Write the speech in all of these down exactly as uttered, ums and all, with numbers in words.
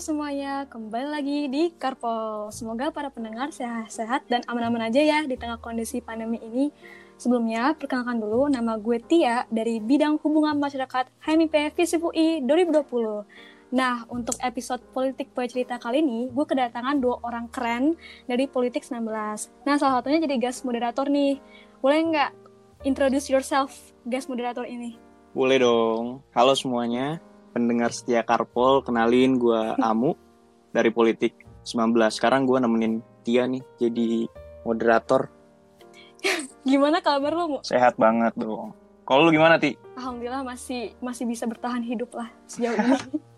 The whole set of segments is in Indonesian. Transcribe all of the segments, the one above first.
semuanya, kembali lagi di Karpol. Semoga para pendengar sehat-sehat dan aman-aman aja ya di tengah kondisi pandemi ini. Sebelumnya, perkenalkan dulu, nama gue Tia dari Bidang Hubungan Masyarakat H M I P FISIP U I dua ribu dua puluh. Nah, untuk episode Politik Poe Cerita kali ini, gue kedatangan dua orang keren dari Politik sembilan belas. Nah, salah satunya jadi guest moderator nih. Boleh nggak introduce yourself, guest moderator ini? Boleh dong. Halo semuanya, pendengar setia Karpol, kenalin gue Amu dari Politik sembilan belas. Sekarang gue nemenin Tia nih jadi moderator. Gimana kabar lo, Mu? Sehat banget dong. Kalau lu gimana, Ti? Alhamdulillah masih masih bisa bertahan hidup lah sejauh ini.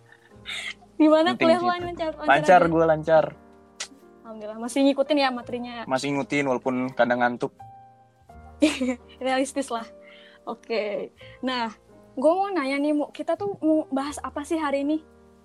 Gimana kuliah lo lancar? Lancar, gue lancar. Alhamdulillah masih ngikutin ya materinya. Masih ngikutin walaupun kadang ngantuk. Realistis lah. Oke. Nah, gue mau nanya nih, Mu, kita tuh mau bahas apa sih hari ini?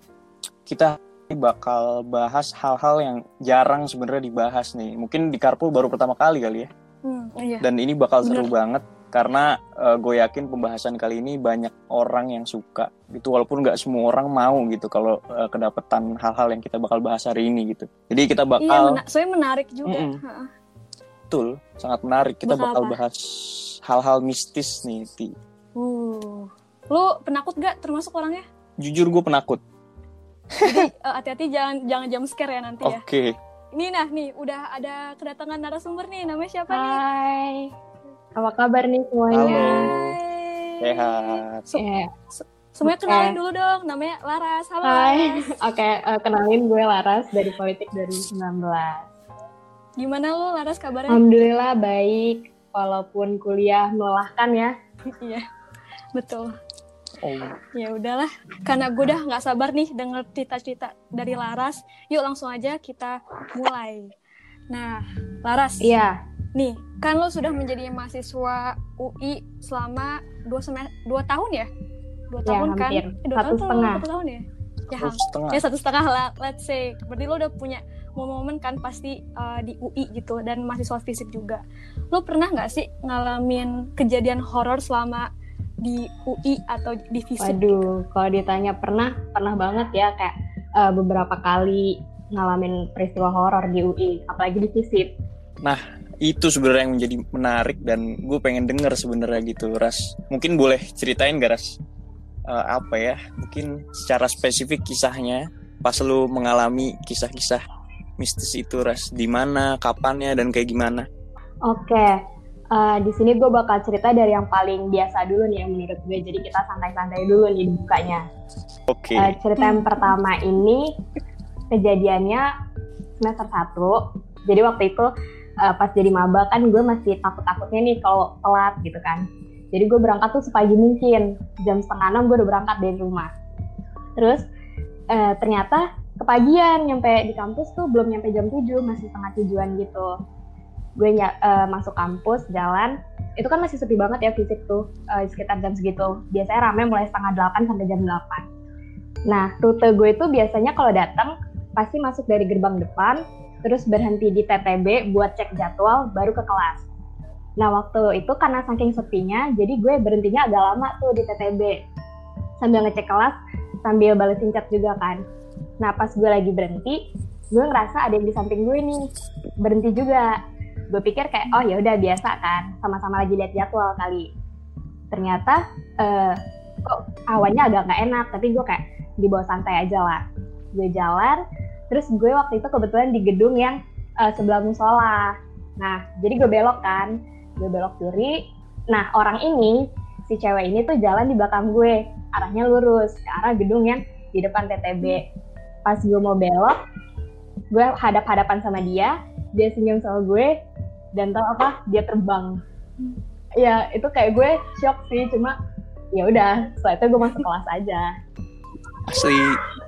Kita bakal bahas hal-hal yang jarang sebenarnya dibahas nih. Mungkin di Karpol baru pertama kali kali ya. Hmm, iya. Dan ini bakal seru Bener. banget karena uh, gue yakin pembahasan kali ini banyak orang yang suka gitu, walaupun nggak semua orang mau gitu kalau uh, kedapetan hal-hal yang kita bakal bahas hari ini gitu. Jadi kita bakal Iya, mena- soalnya menarik juga. Mm-mm. Betul, sangat menarik. Kita Bakal bakal apa? bahas hal-hal mistis nih, Ti. Uh. Lu penakut gak termasuk orangnya? Jujur gue penakut. Jadi uh, hati-hati jangan jangan jump scare ya nanti ya. Oke. Ini nah nih udah ada kedatangan narasumber nih, namanya siapa nih? Hai, apa kabar nih semuanya? Halo. Hai. Sehat. Se- Yeah. se- semuanya Oke. kenalin dulu dong, namanya Laras. Halo. Hai, Laras. oke, eh, kenalin gue Laras dari Politik dua ribu sembilan belas. Gimana lu Laras kabarnya? Alhamdulillah baik, walaupun kuliah melelahkan ya. Iya, betul. Oh. Ya udahlah, karena gue udah nggak sabar nih denger cerita-cerita dari Laras. Yuk langsung aja kita mulai. Nah, Laras. Iya, Nih, kan lo sudah menjadi mahasiswa U I selama dua sem- dua tahun ya? Dua Ya, tahun kan? hampir. Eh, dua Satu tahun atau setengah. Satu tahun ya? Ya, Satu setengah. ya satu setengah lah, let's say. Berarti lo udah punya momen-momen kan pasti uh, di U I gitu, dan mahasiswa fisip juga. Lo pernah nggak sih ngalamin kejadian horor selama di U I atau di fisip? waduh, kalau ditanya pernah, pernah banget ya, kayak eh, beberapa kali ngalamin peristiwa horor di U I, apalagi di FISIP. Itu sebenarnya yang menjadi menarik dan gue pengen denger sebenarnya gitu, Ras. Mungkin boleh ceritain gak, Ras? Uh, apa ya? Mungkin secara spesifik kisahnya pas lu mengalami kisah-kisah mistis itu, Ras. Di mana, kapannya, dan kayak gimana? Oke, eh, di sini gue bakal cerita dari yang paling biasa dulu nih yang menurut gue. Jadi kita santai-santai dulu nih bukanya. Oke. Eh, cerita yang pertama ini kejadiannya semester satu. Jadi waktu itu eh, pas jadi maba kan gue masih takut-takutnya nih kalau telat gitu kan. Jadi gue berangkat tuh sepagi mungkin. Jam setengah enam gue udah berangkat dari rumah. Terus eh, ternyata kepagian, nyampe di kampus tuh belum nyampe jam tujuh, masih setengah tujuan gitu. Gue ny- uh, masuk kampus, jalan, itu kan masih sepi banget ya fisik tuh, uh, sekitar jam segitu. Biasanya rame mulai setengah delapan sampai jam delapan. Nah, rute gue itu biasanya kalau datang pasti masuk dari gerbang depan, terus berhenti di T T B buat cek jadwal, baru ke kelas. Nah, waktu itu karena saking sepinya, jadi gue berhentinya agak lama tuh di T T B. Sambil ngecek kelas, sambil balesin chat juga kan. Nah, pas gue lagi berhenti, gue ngerasa ada yang di samping gue nih, berhenti juga. Gue pikir kayak, oh ya udah biasa kan, sama-sama lagi lihat jadwal kali. Ternyata eh, kok awalnya agak nggak enak, tapi gue kayak dibawa santai aja lah. Gue jalan, terus gue waktu itu kebetulan di gedung yang eh, sebelah musola. Nah, jadi gue belok kan, gue belok kiri. Nah, orang ini, si cewek ini tuh jalan di belakang gue, arahnya lurus ke arah gedung yang di depan T T B. Pas gue mau belok, gue hadap-hadapan sama dia, dia senyum sama gue, dan tau apa, dia terbang. Ya itu kayak gue shock sih, cuma ya udah, setelah itu gue masuk kelas aja. Asli,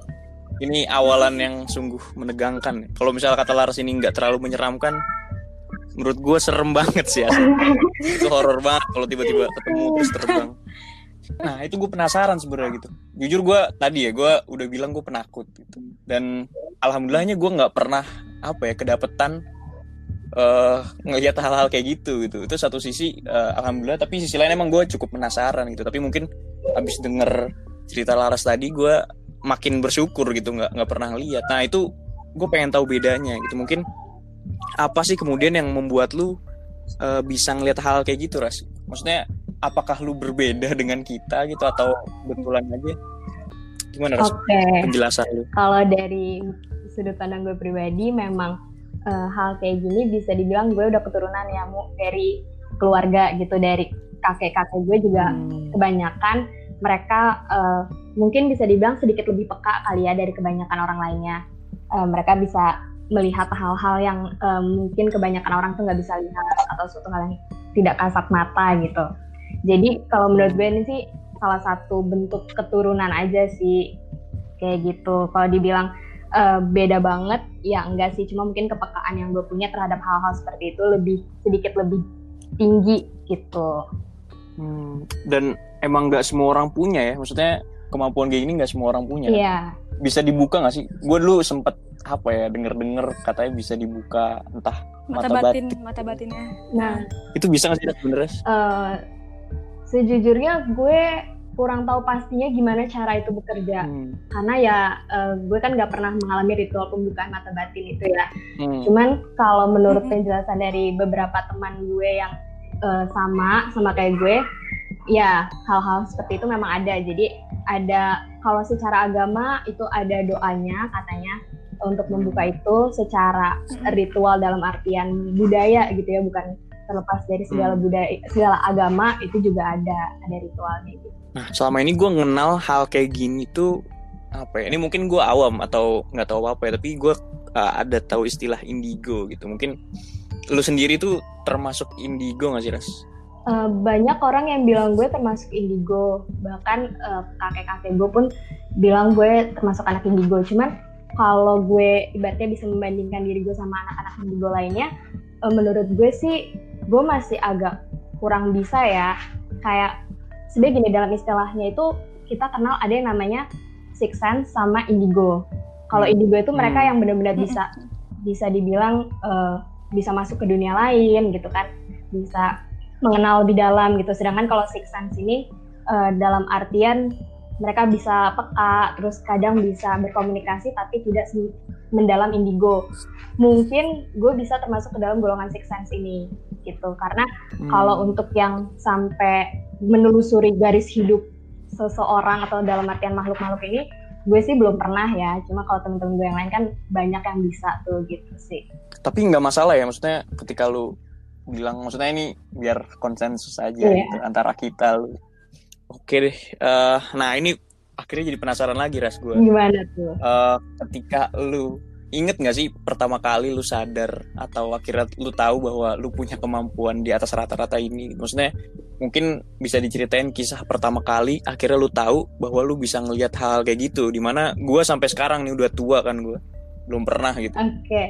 ini awalan yang sungguh menegangkan. Kalau misalnya kata Laras ini nggak terlalu menyeramkan, menurut gue serem banget sih asli. Itu horor banget kalau tiba-tiba ketemu terus terbang. Nah itu gue penasaran sebenarnya gitu. Jujur gue tadi ya, gue udah bilang gue penakut gitu. Dan alhamdulillahnya gue nggak pernah apa ya kedapetan uh, ngelihat hal-hal kayak gitu gitu. Itu satu sisi uh, alhamdulillah, tapi sisi lain emang gue cukup penasaran gitu. Tapi mungkin abis denger cerita Laras tadi, gue makin bersyukur gitu, nggak nggak pernah lihat. Nah itu gue pengen tahu bedanya gitu. Mungkin apa sih kemudian yang membuat lu uh, bisa ngeliat hal kayak gitu, Ras? Maksudnya apakah lu berbeda dengan kita gitu atau betulan aja? Gimana, Ras? Oke. Okay. Penjelasan lu. Kalau dari sudut pandang gue pribadi, memang uh, hal kayak gini bisa dibilang gue udah keturunan ya, Mu, dari keluarga gitu, dari kakek-kakek gue juga hmm. kebanyakan mereka uh, mungkin bisa dibilang sedikit lebih peka kali ya dari kebanyakan orang lainnya. Uh, mereka bisa melihat hal-hal yang um, mungkin kebanyakan orang tuh nggak bisa lihat atau suatu hal yang tidak kasat mata gitu. Jadi kalau menurut gue ini sih salah satu bentuk keturunan aja sih kayak gitu. Kalau dibilang uh, beda banget, ya enggak sih. Cuma mungkin kepekaan yang gue punya terhadap hal-hal seperti itu lebih sedikit lebih tinggi gitu. Hmm, dan emang nggak semua orang punya ya, maksudnya kemampuan kayak gini nggak semua orang punya. Iya. Yeah. Bisa dibuka nggak sih? Gue dulu sempet apa ya denger-denger katanya bisa dibuka entah mata, mata batin, batin, mata batinnya. Nah, itu bisa nggak sih sebenarnya? Uh, sejujurnya gue kurang tahu pastinya gimana cara itu bekerja, hmm. karena ya uh, gue kan nggak pernah mengalami ritual pembukaan mata batin itu ya. Hmm. Cuman kalau menurut hmm. penjelasan dari beberapa teman gue yang uh, sama sama kayak gue, ya hal-hal seperti itu memang ada. Jadi ada, kalau secara agama itu ada doanya katanya untuk membuka itu secara ritual dalam artian budaya gitu ya, bukan terlepas dari segala budaya, segala agama itu juga ada ada ritualnya gitu. Nah selama ini gue ngenal hal kayak gini tuh apa ya? Ini mungkin gue awam atau nggak tahu apa ya, tapi gue uh, ada tahu istilah indigo gitu. Mungkin lu sendiri tuh termasuk indigo nggak sih, Ras? Uh, banyak orang yang bilang gue termasuk indigo, bahkan uh, kakek-kakek gue pun bilang gue termasuk anak indigo. Cuman kalau gue ibaratnya bisa membandingkan diri gue sama anak-anak indigo lainnya, uh, menurut gue sih gue masih agak kurang bisa ya. Kayak sebenarnya gini, dalam istilahnya itu kita kenal ada yang namanya sixth sense sama indigo. Kalau indigo itu mereka yang benar-benar bisa bisa dibilang uh, bisa masuk ke dunia lain gitu kan, bisa mengenal lebih dalam gitu. Sedangkan kalau sixth sense ini uh, dalam artian mereka bisa peka, terus kadang bisa berkomunikasi tapi tidak mendalam indigo. Mungkin gue bisa termasuk ke dalam golongan sixth sense ini gitu. Karena hmm. kalau untuk yang sampai menelusuri garis hidup seseorang atau dalam artian makhluk-makhluk ini, gue sih belum pernah ya. Cuma kalau temen-temen gue yang lain kan banyak yang bisa tuh gitu sih. Tapi nggak masalah ya, maksudnya ketika lu bilang, maksudnya ini biar konsensus aja yeah. gitu, antara kita lu. Oke deh, uh, nah ini akhirnya jadi penasaran lagi, Ras, gue. Gimana tuh? Uh, ketika lu, inget gak sih pertama kali lu sadar atau akhirnya lu tahu bahwa lu punya kemampuan di atas rata-rata ini? Maksudnya mungkin bisa diceritain kisah pertama kali akhirnya lu tahu bahwa lu bisa ngelihat hal kayak gitu. Dimana gue sampai sekarang nih udah tua kan, gue belum pernah gitu. Oke, okay.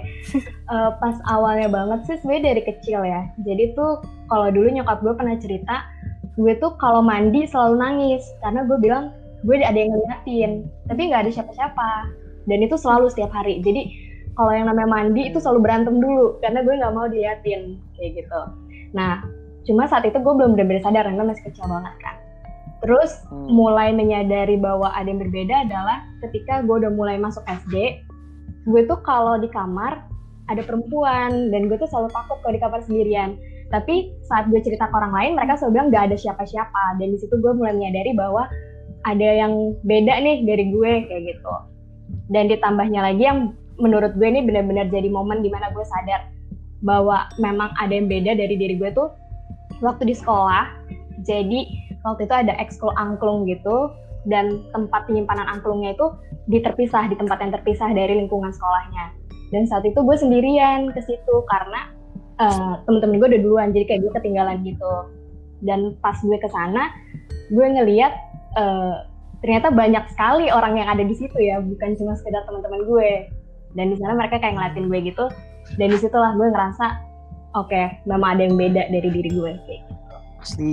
uh, pas awalnya banget sih sebenarnya dari kecil ya. Jadi tuh kalau dulu nyokap gue pernah cerita, gue tuh kalau mandi selalu nangis karena gue bilang gue ada yang ngeliatin, tapi nggak ada siapa-siapa, dan itu selalu setiap hari. Jadi kalau yang namanya mandi itu selalu berantem dulu karena gue nggak mau diliatin kayak gitu. Nah, cuma saat itu gue belum benar-benar sadar karena masih kecil banget kan. Terus hmm. mulai menyadari bahwa ada yang berbeda adalah ketika gue udah mulai masuk S D. Gue tuh kalau di kamar ada perempuan dan gue tuh selalu takut kalau di kamar sendirian. Tapi saat gue cerita ke orang lain, mereka selalu bilang gak ada siapa-siapa. Dan di situ gue mulai menyadari bahwa ada yang beda nih dari gue kayak gitu. Dan ditambahnya lagi yang menurut gue ini benar-benar jadi momen dimana gue sadar bahwa memang ada yang beda dari diri gue tuh waktu di sekolah. Jadi waktu itu ada ekskul angklung gitu, dan tempat penyimpanan angklungnya itu diterpisah, di tempat yang terpisah dari lingkungan sekolahnya. Dan saat itu gue sendirian ke situ karena uh, temen-temen gue udah duluan, jadi kayak gue ketinggalan gitu. Dan pas gue kesana, gue ngeliat uh, ternyata banyak sekali orang yang ada di situ ya, bukan cuma sekedar teman-teman gue. Dan di sana mereka kayak ngeliatin gue gitu, dan disitulah gue ngerasa, oke, okay, memang ada yang beda dari diri gue kayak gitu. Asli,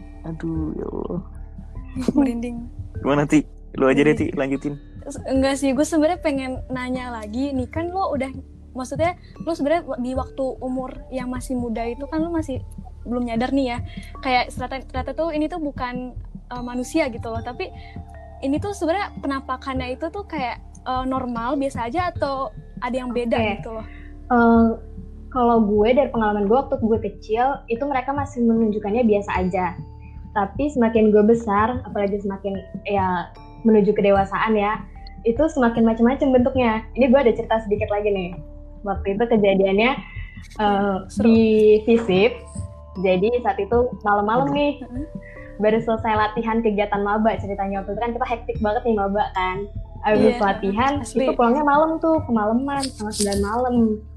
aduh ya Allah. Merinding. Gimana Ti? Lu aja deh Ti, lanjutin. Enggak sih, gue sebenarnya pengen nanya lagi nih, kan lo udah, maksudnya lo sebenarnya di waktu umur yang masih muda itu kan lo masih belum nyadar nih ya, kayak ternyata, ternyata tuh ini tuh bukan uh, manusia gitu loh, tapi ini tuh sebenarnya penampakannya itu tuh kayak uh, normal biasa aja atau ada yang beda okay. gitu loh? Uh, kalau gue dari pengalaman gue waktu gue kecil itu mereka masih menunjukkannya biasa aja. Tapi semakin gue besar, apalagi semakin ya menuju kedewasaan ya, itu semakin macam-macam bentuknya. Ini gue ada cerita sedikit lagi nih. Waktu itu kejadiannya uh, di FISIP. Jadi saat itu malam-malam nih, baru selesai latihan kegiatan maba ceritanya. Waktu itu kan kita hektik banget nih maba kan. Habis yeah, latihan, asli. Itu pulangnya malam tuh, kemalaman, setengah sembilan malam.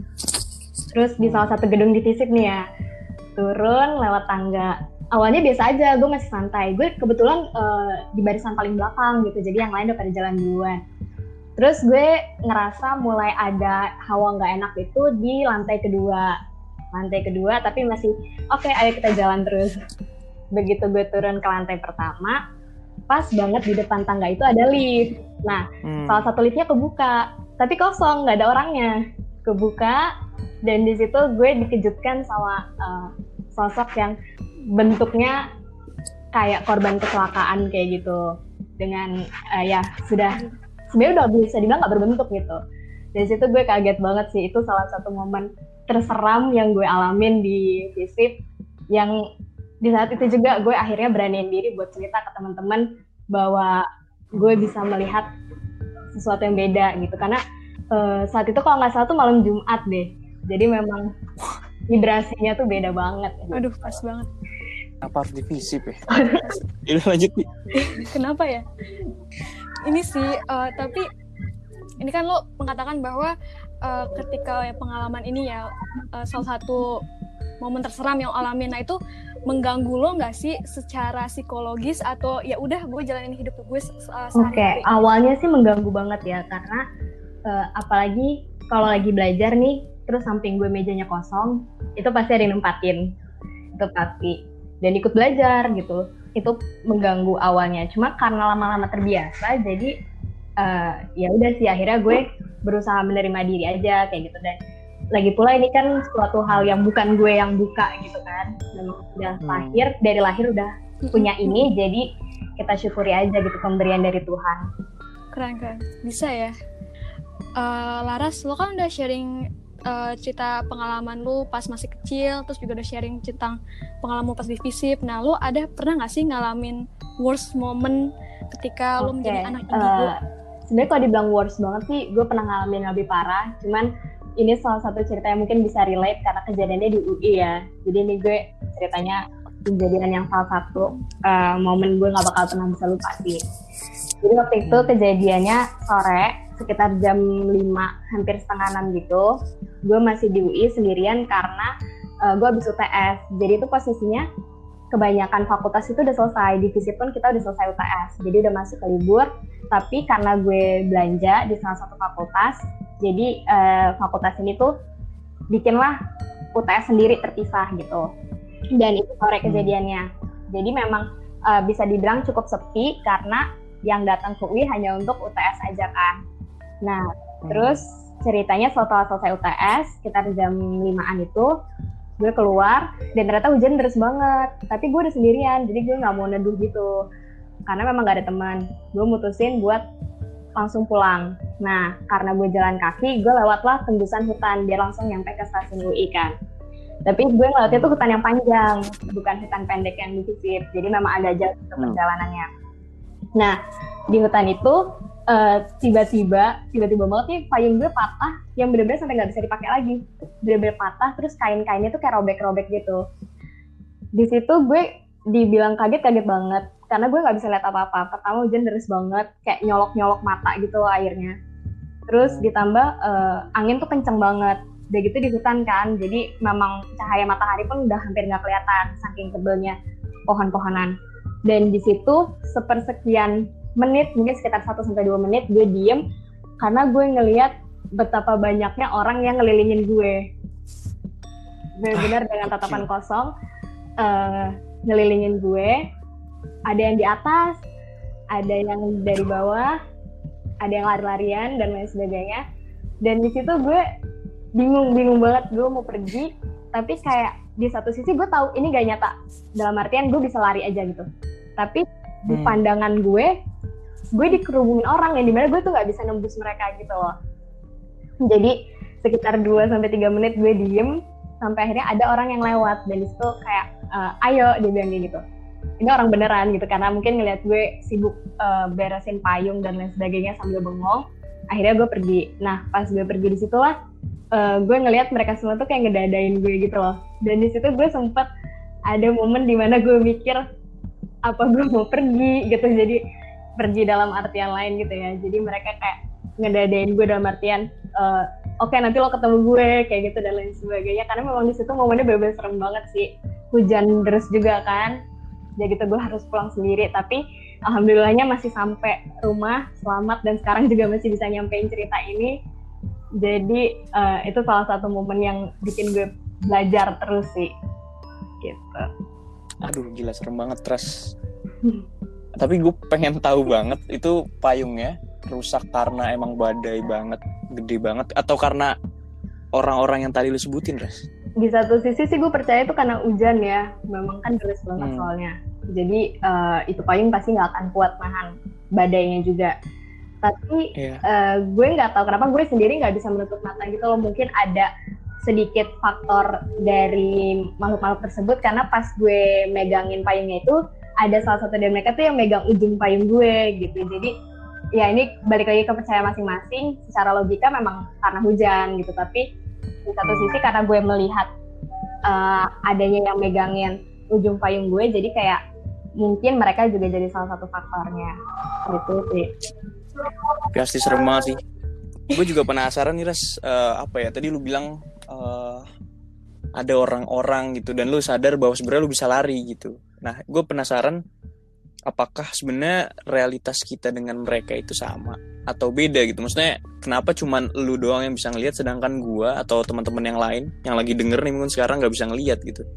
Terus di salah satu gedung di FISIP nih ya, turun lewat tangga. Awalnya biasa aja, gue masih santai. Gue kebetulan uh, di barisan paling belakang gitu, jadi yang lain udah pada jalan duluan. Terus gue ngerasa mulai ada hawa nggak enak itu di lantai kedua. Lantai kedua, tapi masih oke, okay, ayo kita jalan terus. Begitu gue turun ke lantai pertama, pas banget di depan tangga itu ada lift. Nah, hmm. salah satu liftnya kebuka, tapi kosong, nggak ada orangnya. Kebuka, dan di situ gue dikejutkan sama uh, sosok yang bentuknya kayak korban kecelakaan kayak gitu. Dengan uh, ya sudah sebenarnya udah bisa dibilang nggak berbentuk gitu. Dari situ gue kaget banget sih, itu salah satu momen terseram yang gue alamin di FISIP, yang di saat itu juga gue akhirnya beraniin diri buat cerita ke teman-teman bahwa gue bisa melihat sesuatu yang beda gitu, karena uh, saat itu kalau nggak salah tuh malam Jumat deh, jadi memang vibrasinya tuh beda banget. Aduh, pas banget. Apa harus di FISIP ya? Ini lanjut nih. Kenapa ya? Ini sih, uh, tapi ini kan lo mengatakan bahwa uh, ketika ya, pengalaman ini ya uh, salah satu momen terseram yang alamin, nah itu mengganggu lo nggak sih secara psikologis atau ya udah gue jalanin hidup gue uh, sehari-hari? Oke, okay. Awalnya sih mengganggu banget ya, karena uh, apalagi kalau lagi belajar nih, terus samping gue mejanya kosong, itu pasti ada yang nempatin, itu pasti, dan ikut belajar gitu, itu mengganggu awalnya. Cuma karena lama-lama terbiasa, jadi uh, ya udah sih akhirnya gue berusaha menerima diri aja kayak gitu. Dan lagi pula ini kan suatu hal yang bukan gue yang buka gitu kan, memang udah hmm. lahir, dari lahir udah punya ini, jadi kita syukuri aja gitu pemberian dari Tuhan. Keren-keren, bisa ya. Uh, Laras, lo kan udah sharing uh, cerita pengalaman lo pas masih kecil, terus juga udah sharing tentang pengalaman lo pas di FISIP. Nah, lo ada pernah nggak sih ngalamin worst moment ketika okay. lo menjadi anak indigo? Uh, sebenarnya kalau dibilang worst banget sih, gue pernah ngalamin yang lebih parah, cuman ini salah satu cerita yang mungkin bisa relate karena kejadiannya di U I ya. Jadi ini gue ceritanya kejadian yang salah satu uh, momen gue gak bakal pernah bisa lupa sih. Jadi waktu itu kejadiannya sore, sekitar jam lima, hampir setengah enam gitu. Gue masih di U I sendirian karena uh, gue habis U T S. Jadi itu posisinya kebanyakan fakultas itu udah selesai. Di FISIP pun kita udah selesai U T S. Jadi udah masuk ke libur. Tapi karena gue belanja di salah satu fakultas, jadi uh, fakultas ini tuh bikinlah U T S sendiri terpisah gitu. Dan itu sore kejadiannya. Jadi memang uh, bisa dibilang cukup sepi karena yang datang ke U I hanya untuk U T S aja kan. Nah, hmm. terus ceritanya setelah selesai U T S, sekitar jam limaan itu, gue keluar dan ternyata hujan deras banget. Tapi gue udah sendirian, jadi gue nggak mau neduh gitu. Karena memang nggak ada teman. Gue mutusin buat langsung pulang. Nah, karena gue jalan kaki, gue lewatlah tembusan hutan, dia langsung nyampe ke stasiun U I kan. Tapi gue ngeliatnya tuh hutan yang panjang, bukan hutan pendek yang di FISIP. Jadi memang agak jauh untuk perjalanannya. Nah, di hutan itu uh, tiba-tiba, tiba-tiba banget nih payung gue patah, yang bener-bener sampai nggak bisa dipakai lagi. Bener-bener patah, terus kain-kainnya tuh kayak robek-robek gitu. Di situ gue dibilang kaget-kaget banget. Karena gue nggak bisa lihat apa-apa. Pertama hujan deras banget, kayak nyolok-nyolok mata gitu loh airnya. Terus ditambah uh, angin tuh kenceng banget. Udah gitu di hutan kan, jadi memang cahaya matahari pun udah hampir nggak kelihatan saking tebelnya pohon-pohonan. Dan di situ sepersekian menit, mungkin sekitar satu sampai dua menit gue diem karena gue ngelihat betapa banyaknya orang yang ngelilingin gue. Benar-benar dengan tatapan kosong uh, ngelilingin gue. Ada yang di atas, ada yang dari bawah, ada yang lari-larian dan lain sebagainya. Dan di situ gue bingung-bingung banget, gue mau pergi, tapi kayak di satu sisi gue tahu ini gak nyata. Dalam artian gue bisa lari aja gitu. Tapi di pandangan gue gue dikerumunin orang yang dimana gue tuh nggak bisa nembus mereka gitu loh. Jadi sekitar dua sampai tiga menit gue diem sampai akhirnya ada orang yang lewat, dan disitu kayak uh, ayo dia bilang gitu. Ini orang beneran gitu, karena mungkin ngeliat gue sibuk uh, beresin payung dan lain sebagainya sambil bengong. Akhirnya gue pergi. Nah pas gue pergi di situlah uh, gue ngeliat mereka semua tuh kayak ngedadain gue gitu loh. Dan di situ gue sempet ada momen dimana gue mikir apa gue mau pergi gitu. Jadi pergi dalam artian lain gitu ya. Jadi mereka kayak ngedadain gue dalam artian uh, oke okay, nanti lo ketemu gue kayak gitu dan lain sebagainya. Karena memang di situ momennya bener-bener serem banget sih. Hujan deras juga kan. Jadi gitu gue harus pulang sendiri, tapi alhamdulillahnya masih sampai rumah selamat dan sekarang juga masih bisa nyampein cerita ini. Jadi uh, itu salah satu momen yang bikin gue belajar terus sih gitu. Aduh gila serem banget Ras. Tapi gue pengen tahu banget itu payungnya rusak karena emang badai banget, gede banget, atau karena orang-orang yang tadi lu sebutin Ras? Di satu sisi sih gue percaya itu karena hujan ya, memang kan deras banget hmm. soalnya. Jadi uh, itu payung pasti nggak akan kuat nahan badainya juga. Tapi yeah. uh, gue nggak tahu kenapa gue sendiri nggak bisa menutup mata gitu loh. Mungkin ada sedikit faktor dari makhluk-makhluk tersebut, karena pas gue megangin payungnya itu ada salah satu dari mereka tuh yang megang ujung payung gue gitu. Jadi ya ini balik lagi ke percaya masing-masing. Secara logika memang karena hujan gitu, tapi di satu sisi karena gue melihat uh, adanya yang megangin ujung payung gue, jadi kayak mungkin mereka juga jadi salah satu faktornya gitu sih. Pasti serem banget sih. Gue juga penasaran nih Ras, uh, apa ya tadi lu bilang uh, ada orang-orang gitu dan lu sadar bahwa sebenarnya lu bisa lari gitu. Nah gue penasaran apakah sebenarnya realitas kita dengan mereka itu sama atau beda gitu. Maksudnya kenapa cuman lu doang yang bisa ngelihat sedangkan gua atau teman-teman yang lain yang lagi denger nih mungkin sekarang nggak bisa ngelihat gitu.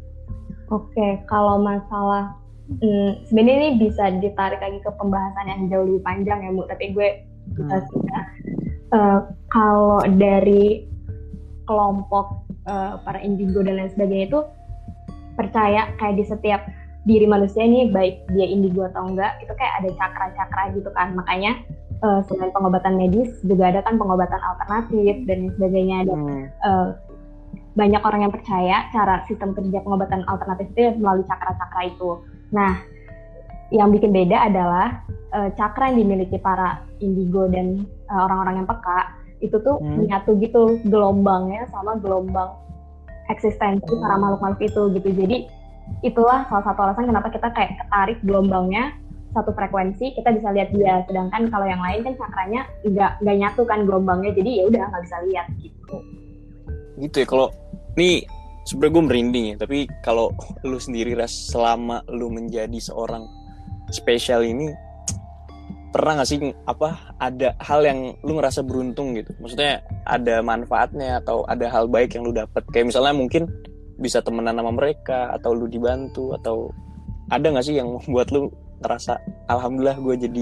Oke, kalau masalah hmm, sebenarnya ini bisa ditarik lagi ke pembahasan yang jauh lebih panjang ya Bu, tapi gue bisa hmm. sudah uh, kalau dari kelompok uh, para indigo dan lain sebagainya itu percaya kayak di setiap diri manusia ini, baik dia indigo atau enggak, itu kayak ada cakra-cakra gitu kan. Makanya uh, selain pengobatan medis juga ada kan pengobatan alternatif dan sebagainya. Dan hmm. uh, banyak orang yang percaya cara sistem kerja pengobatan alternatif itu melalui cakra-cakra itu. Nah, yang bikin beda adalah uh, cakra yang dimiliki para indigo dan uh, orang-orang yang peka itu tuh hmm. menyatu gitu gelombangnya sama gelombang eksistensi hmm. para makhluk-makhluk itu gitu. Jadi itulah salah satu alasan kenapa kita kayak ketarik gelombangnya satu frekuensi, kita bisa lihat dia. Sedangkan kalau yang lain kan cakranya nggak nggak nyatu kan gelombangnya, jadi ya udah nggak bisa lihat gitu. Gitu ya. Kalau nih sebenarnya gue merinding ya, tapi kalau lu sendiri Ras, selama lu menjadi seorang spesial ini, pernah nggak sih apa ada hal yang lu ngerasa beruntung gitu? Maksudnya ada manfaatnya atau ada hal baik yang lu dapet? Kayak misalnya mungkin bisa temenan sama mereka atau lu dibantu, atau ada nggak sih yang membuat lu ngerasa alhamdulillah gue jadi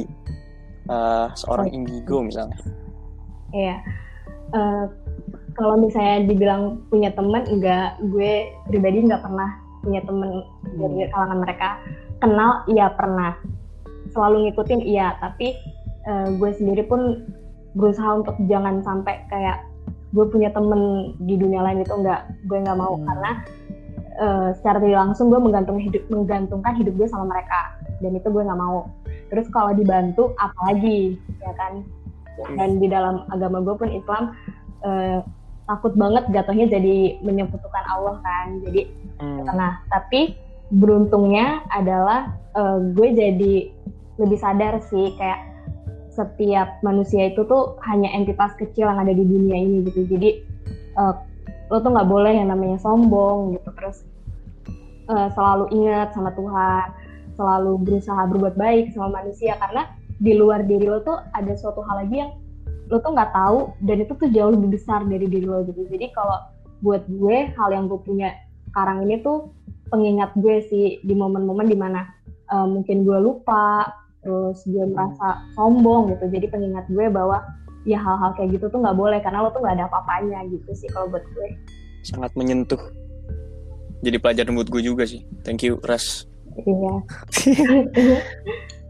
uh, seorang indigo misalnya? Iya, uh, kalau misalnya dibilang punya teman, enggak, gue pribadi nggak pernah punya teman hmm. dari kalangan mereka. Kenal, iya pernah. Selalu ngikutin, iya, tapi uh, gue sendiri pun berusaha untuk jangan sampai kayak gue punya temen di dunia lain itu enggak, gue nggak mau hmm. karena uh, secara tidak langsung gue menggantungkan hidup menggantungkan hidup gue sama mereka, dan itu gue nggak mau. Terus kalau dibantu apalagi ya kan, dan di dalam agama gue pun Islam uh, takut banget jatuhnya jadi menyekutukan Allah kan, jadi hmm. nah tapi beruntungnya adalah uh, gue jadi lebih sadar sih kayak setiap manusia itu tuh hanya entitas kecil yang ada di dunia ini gitu. Jadi uh, lo tuh nggak boleh yang namanya sombong gitu. Terus uh, selalu ingat sama Tuhan, selalu berusaha berbuat baik sama manusia, karena di luar diri lo tuh ada suatu hal lagi yang lo tuh nggak tahu, dan itu tuh jauh lebih besar dari diri lo gitu. Jadi kalau buat gue, hal yang gue punya sekarang ini tuh pengingat gue sih di momen-momen dimana uh, mungkin gue lupa, terus gue merasa sombong gitu. Jadi pengingat gue bahwa ya hal-hal kayak gitu tuh nggak boleh, karena lo tuh nggak ada apa-apanya gitu sih kalau buat gue. Sangat menyentuh. Jadi pelajaran buat gue juga sih. Thank you Ras. Iya.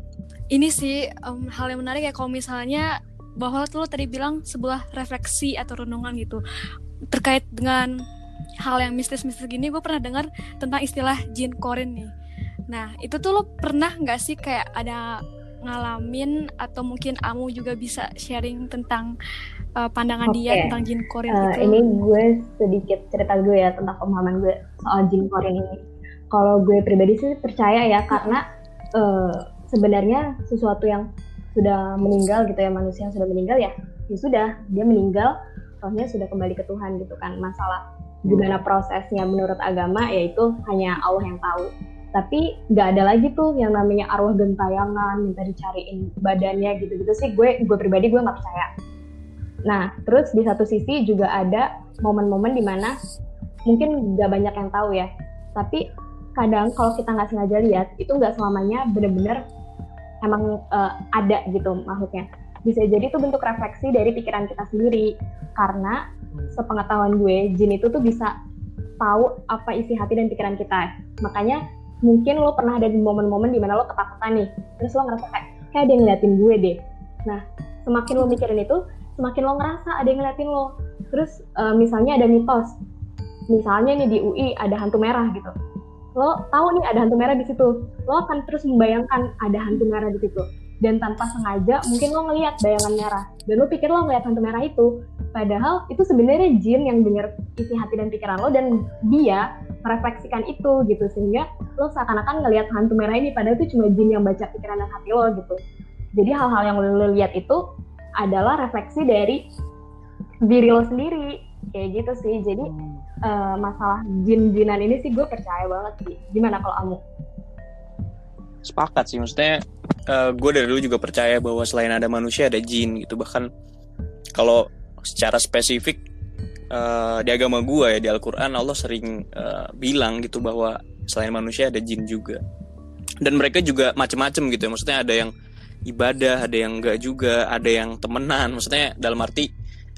ini sih um, hal yang menarik ya kalau misalnya bahwa tuh lo tadi bilang sebuah refleksi atau renungan gitu terkait dengan hal yang mistis-mistis gini. Gue pernah dengar tentang istilah jin korin nih. Nah itu tuh lo pernah nggak sih kayak ada ngalamin atau mungkin Amu juga bisa sharing tentang uh, pandangan Oke. dia tentang jin korin Uh, itu? ini gue sedikit cerita gue ya tentang pemahaman gue soal jin korin ini. Kalau gue pribadi sih percaya ya, karena uh, sebenarnya sesuatu yang sudah meninggal gitu ya, manusia yang sudah meninggal ya, ya sudah, dia meninggal, rohnya sudah kembali ke Tuhan gitu kan. Masalah gimana prosesnya menurut agama, yaitu hanya Allah yang tahu. Tapi nggak ada lagi tuh yang namanya arwah gentayangan, minta dicariin badannya gitu-gitu sih, gue gue pribadi gue nggak percaya. Nah, terus di satu sisi juga ada momen-momen di mana mungkin nggak banyak yang tahu ya, tapi kadang kalau kita nggak sengaja lihat, itu nggak selamanya benar-benar emang uh, ada gitu makhluknya. Bisa jadi itu bentuk refleksi dari pikiran kita sendiri, karena sepengetahuan gue, jin itu tuh bisa tahu apa isi hati dan pikiran kita. Makanya mungkin lo pernah ada di momen-momen di mana lo ketakutan nih, terus lo ngerasa kayak, kayak ada yang ngeliatin gue deh. Nah, semakin lo mikirin itu, semakin lo ngerasa ada yang ngeliatin lo. Terus uh, misalnya ada mitos, misalnya nih di U I ada hantu merah gitu. Lo tahu nih ada hantu merah di situ, lo akan terus membayangkan ada hantu merah di situ, dan tanpa sengaja mungkin lo ngelihat bayangan merah, dan lo pikir lo ngelihat hantu merah itu, padahal itu sebenarnya jin yang dengar isi hati dan pikiran lo, dan dia merefleksikan itu gitu, sehingga lo seakan-akan ngelihat hantu merah ini, padahal itu cuma jin yang baca pikiran dan hati lo gitu. Jadi hal-hal yang lo lihat itu adalah refleksi dari diri lo sendiri, kayak gitu sih. Jadi Uh, masalah jin-jinan ini sih gue percaya banget sih. Gimana kalau Amu? Sepakat sih, maksudnya uh, gue dari dulu juga percaya bahwa selain ada manusia ada jin gitu. Bahkan kalau secara spesifik uh, di agama gue ya, di Al-Quran Allah sering uh, bilang gitu bahwa selain manusia ada jin juga. Dan mereka juga macam-macam gitu ya. Maksudnya ada yang ibadah, ada yang enggak juga, ada yang temenan. Maksudnya dalam arti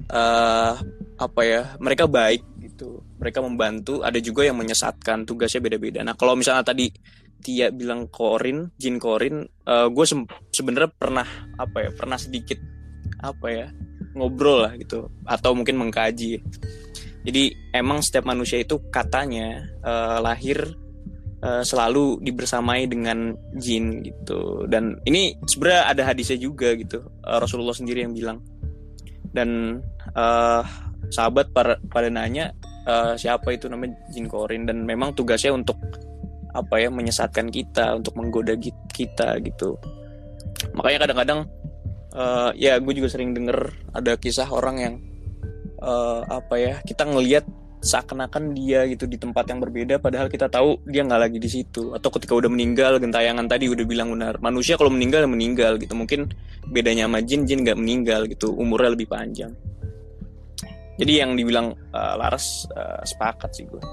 uh, apa ya, mereka baik gitu, mereka membantu. Ada juga yang menyesatkan, tugasnya beda-beda. Nah kalau misalnya tadi Tia bilang korin, jin korin, uh, gue se- sebenarnya pernah apa ya, pernah sedikit apa ya ngobrol lah gitu, atau mungkin mengkaji. Jadi emang setiap manusia itu katanya uh, lahir uh, selalu dibersamai dengan jin gitu. Dan ini sebenarnya ada hadisnya juga gitu, uh, Rasulullah sendiri yang bilang. Dan uh, sahabat pada, pada nanya uh, siapa itu namanya jin korin, dan memang tugasnya untuk apa ya, menyesatkan kita, untuk menggoda kita gitu. Makanya kadang-kadang uh, ya gue juga sering denger ada kisah orang yang uh, apa ya, kita ngelihat seakan-akan dia gitu di tempat yang berbeda, padahal kita tahu dia nggak lagi di situ. Atau ketika udah meninggal, gentayangan tadi udah bilang benar, manusia kalau meninggal meninggal gitu. Mungkin bedanya sama jin, jin nggak meninggal gitu, umurnya lebih panjang. Jadi yang dibilang uh, Laras uh, sepakat sih gue.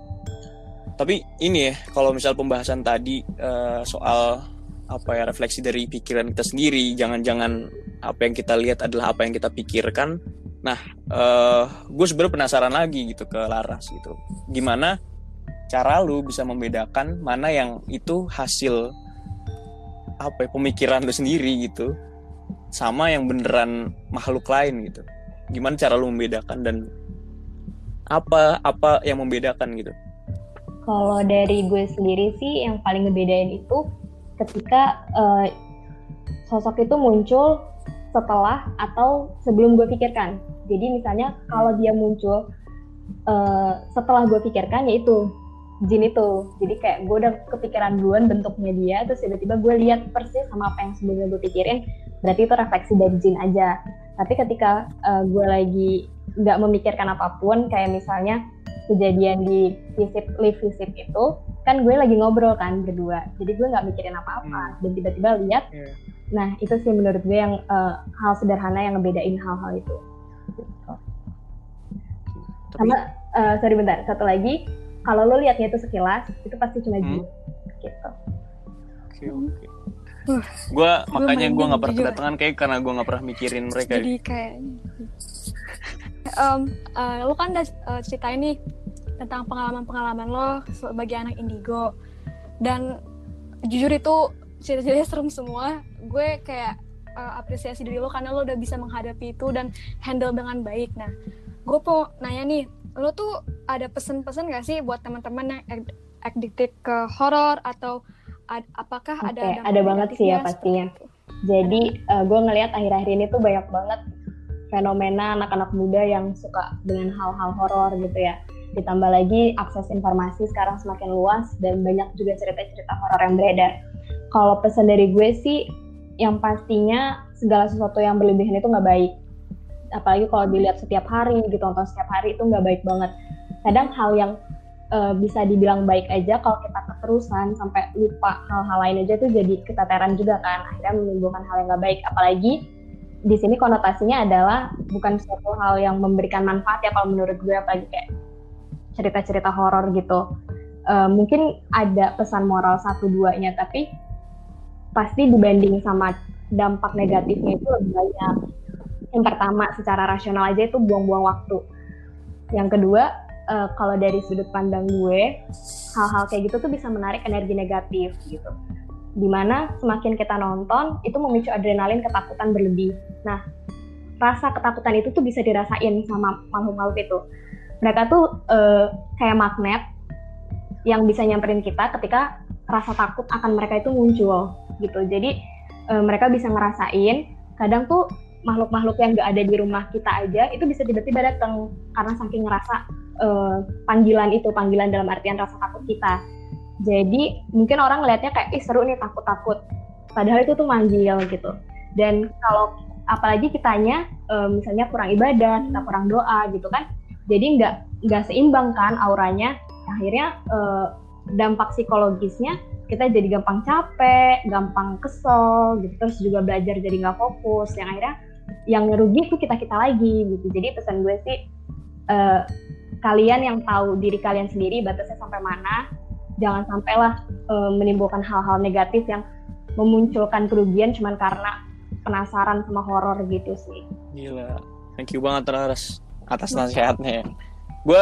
Tapi ini ya, kalau misal pembahasan tadi uh, soal apa ya, refleksi dari pikiran kita sendiri, jangan-jangan apa yang kita lihat adalah apa yang kita pikirkan. Nah, uh, gue sebenarnya penasaran lagi gitu ke Laras gitu. Gimana cara lu bisa membedakan mana yang itu hasil apa ya, pemikiran lu sendiri gitu, sama yang beneran makhluk lain gitu. Gimana cara lu membedakan, dan apa apa yang membedakan gitu? Kalau dari gue sendiri sih yang paling ngebedain itu ketika uh, sosok itu muncul setelah atau sebelum gue pikirkan. Jadi misalnya kalau dia muncul uh, setelah gue pikirkan, yaitu jin itu. Jadi kayak gue udah kepikiran duluan bentuknya dia, terus tiba-tiba gue lihat persis sama apa yang sebelumnya gue pikirin, berarti itu refleksi dari jin aja. Tapi ketika uh, gue lagi nggak memikirkan apapun, kayak misalnya kejadian di visit, live visit itu, kan gue lagi ngobrol kan berdua, jadi gue nggak mikirin apa-apa, hmm. dan tiba-tiba lihat, yeah. Nah itu sih menurut gue yang uh, hal sederhana yang ngebedain hal-hal itu. Gitu. Sama, uh, sorry bentar, satu lagi, kalau lo liatnya itu sekilas, itu pasti cuma jin, hmm. gitu. Oke oke. Gue makanya gue nggak pernah kedatangan kayak karena gue nggak pernah mikirin mereka. Jadi kayak um, uh, lo kan udah uh, ceritain nih tentang pengalaman-pengalaman lo sebagai anak indigo, dan jujur itu cerita-ceritanya serem semua. Gue kayak uh, apresiasi diri lo karena lo udah bisa menghadapi itu dan handle dengan baik. Nah, gue mau nanya nih, lo tuh ada pesan-pesan gak sih buat teman-teman yang ad- addicted ke horor atau ad- apakah Oke, ada ada banget sih ya negatifnya pastinya. seperti itu? Jadi uh, gue ngelihat akhir-akhir ini tuh banyak banget fenomena anak-anak muda yang suka dengan hal-hal horor gitu ya. Ditambah lagi akses informasi sekarang semakin luas dan banyak juga cerita-cerita horor yang beredar. Kalau pesan dari gue sih, yang pastinya segala sesuatu yang berlebihan itu nggak baik. Apalagi kalau dilihat setiap hari, ditonton setiap hari, itu nggak baik banget. Kadang hal yang uh, bisa dibilang baik aja, kalau kita keterusan sampai lupa hal-hal lain aja, itu jadi keteteran juga kan. Akhirnya menimbulkan hal yang nggak baik. Apalagi di sini konotasinya adalah bukan suatu hal yang memberikan manfaat ya kalau menurut gue, apalagi kayak cerita-cerita horor gitu. Uh, mungkin ada pesan moral satu duanya, tapi pasti dibanding sama dampak negatifnya itu lebih banyak. Yang pertama, secara rasional aja itu buang-buang waktu. Yang kedua, uh, kalau dari sudut pandang gue, hal-hal kayak gitu tuh bisa menarik energi negatif gitu. Dimana semakin kita nonton, itu memicu adrenalin, ketakutan berlebih. Nah, rasa ketakutan itu tuh bisa dirasain sama makhluk-makhluk itu. Mereka tuh uh, kayak magnet yang bisa nyamperin kita ketika rasa takut akan mereka itu muncul gitu. Jadi uh, mereka bisa ngerasain. Kadang tuh makhluk-makhluk yang nggak ada di rumah kita aja itu bisa tiba-tiba datang karena saking ngerasa uh, panggilan itu, panggilan dalam artian rasa takut kita. Jadi mungkin orang ngelihatnya kayak ih seru nih, takut-takut. Padahal itu tuh manggil gitu. Dan kalau apalagi kitanya uh, misalnya kurang ibadah, kita kurang doa gitu kan. Jadi nggak nggak seimbang kan auranya. Akhirnya eh, dampak psikologisnya kita jadi gampang capek, gampang kesel, gitu. Terus juga belajar jadi nggak fokus. Yang akhirnya yang ngerugi itu kita kita lagi gitu. Jadi pesan gue sih eh, kalian yang tahu diri kalian sendiri batasnya sampai mana. Jangan sampailah eh, menimbulkan hal-hal negatif yang memunculkan kerugian cuman karena penasaran sama horor gitu sih. Gila, thank you banget Laras atas nasihatnya ya. Gue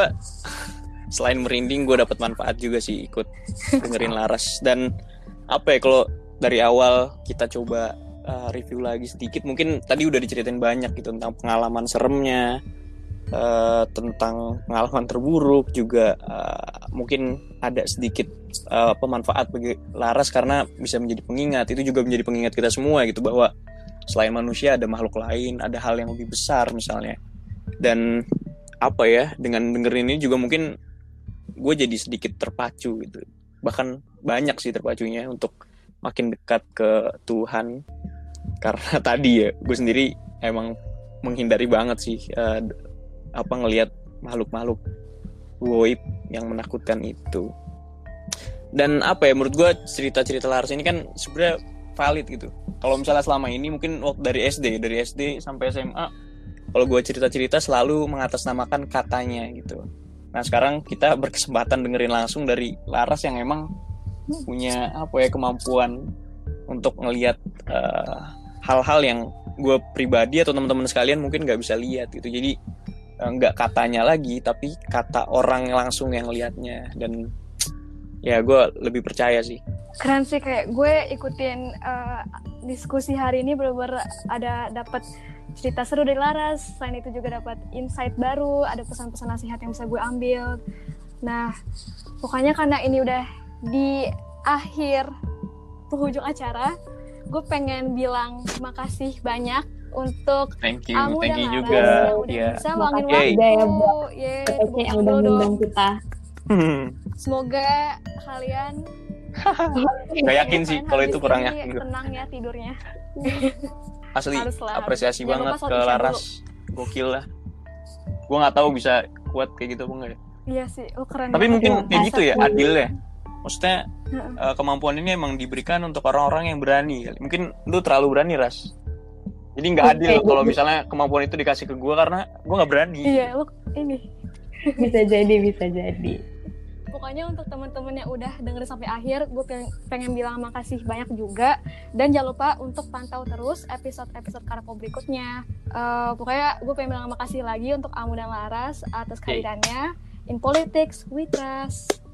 selain merinding, gue dapat manfaat juga sih ikut dengerin Laras. Dan apa ya, kalau dari awal kita coba uh, review lagi sedikit, mungkin tadi udah diceritain banyak gitu tentang pengalaman seremnya, uh, tentang pengalaman terburuk juga. Uh, mungkin ada sedikit uh, pemanfaat bagi Laras karena bisa menjadi pengingat. Itu juga menjadi pengingat kita semua gitu, bahwa selain manusia ada makhluk lain, ada hal yang lebih besar misalnya. Dan apa ya, dengan dengerin ini juga mungkin gue jadi sedikit terpacu gitu. Bahkan banyak sih terpacunya untuk makin dekat ke Tuhan. Karena tadi ya, gue sendiri emang menghindari banget sih uh, apa ngelihat makhluk-makhluk goib yang menakutkan itu. Dan apa ya, menurut gue cerita-cerita Laras ini kan sebenarnya valid gitu. Kalau misalnya selama ini mungkin waktu dari S D, dari S D sampai S M A, kalau gue cerita-cerita selalu mengatasnamakan katanya gitu. Nah sekarang kita berkesempatan dengerin langsung dari Laras yang emang punya apa ya, kemampuan untuk ngelihat uh, hal-hal yang gue pribadi atau teman-teman sekalian mungkin nggak bisa lihat gitu. Jadi nggak uh, katanya lagi, tapi kata orang langsung yang lihatnya. Dan ya gue lebih percaya sih. Keren sih, kayak gue ikutin uh, diskusi hari ini bener-bener ada dapat cerita seru dari Laras. Selain itu juga dapat insight baru, ada pesan-pesan nasihat yang bisa gue ambil. Nah, pokoknya karena ini udah di akhir penghujung acara, gue pengen bilang makasih banyak untuk thank you, Amu thank dan you Laras juga. yang udah Yeah. bisa luangin Makasih waktu. juga ya buat Yeay, P T C yang tepuk udah tangan ngundang dong. kita. Semoga kalian Gak yakin sih kalau itu kurang ini yakin. tenang ya tidurnya. Asli Haruslah, apresiasi harus. banget Jangan lupa ke sholat isya Laras. Gokil lah. Gue nggak tahu bisa kuat kayak gitu apa enggak ya. Iya sih, lo keren. Tapi banget. mungkin ya. kayak gitu ya, Masa- adil ya. Maksudnya uh, kemampuan ini emang diberikan untuk orang-orang yang berani. Mungkin lu terlalu berani, Ras. Jadi nggak Oke, adil kalau jadi- misalnya kemampuan itu dikasih ke gue karena gue nggak berani. Iya, lo ini. Bisa jadi, bisa jadi. Pokoknya untuk teman-teman yang udah dengerin sampai akhir, gue pengen, pengen bilang makasih banyak juga. Dan jangan lupa untuk pantau terus episode-episode Karpo berikutnya. Uh, pokoknya gue pengen bilang makasih lagi untuk Amu dan Laras atas kehadirannya. In Politics We Trust.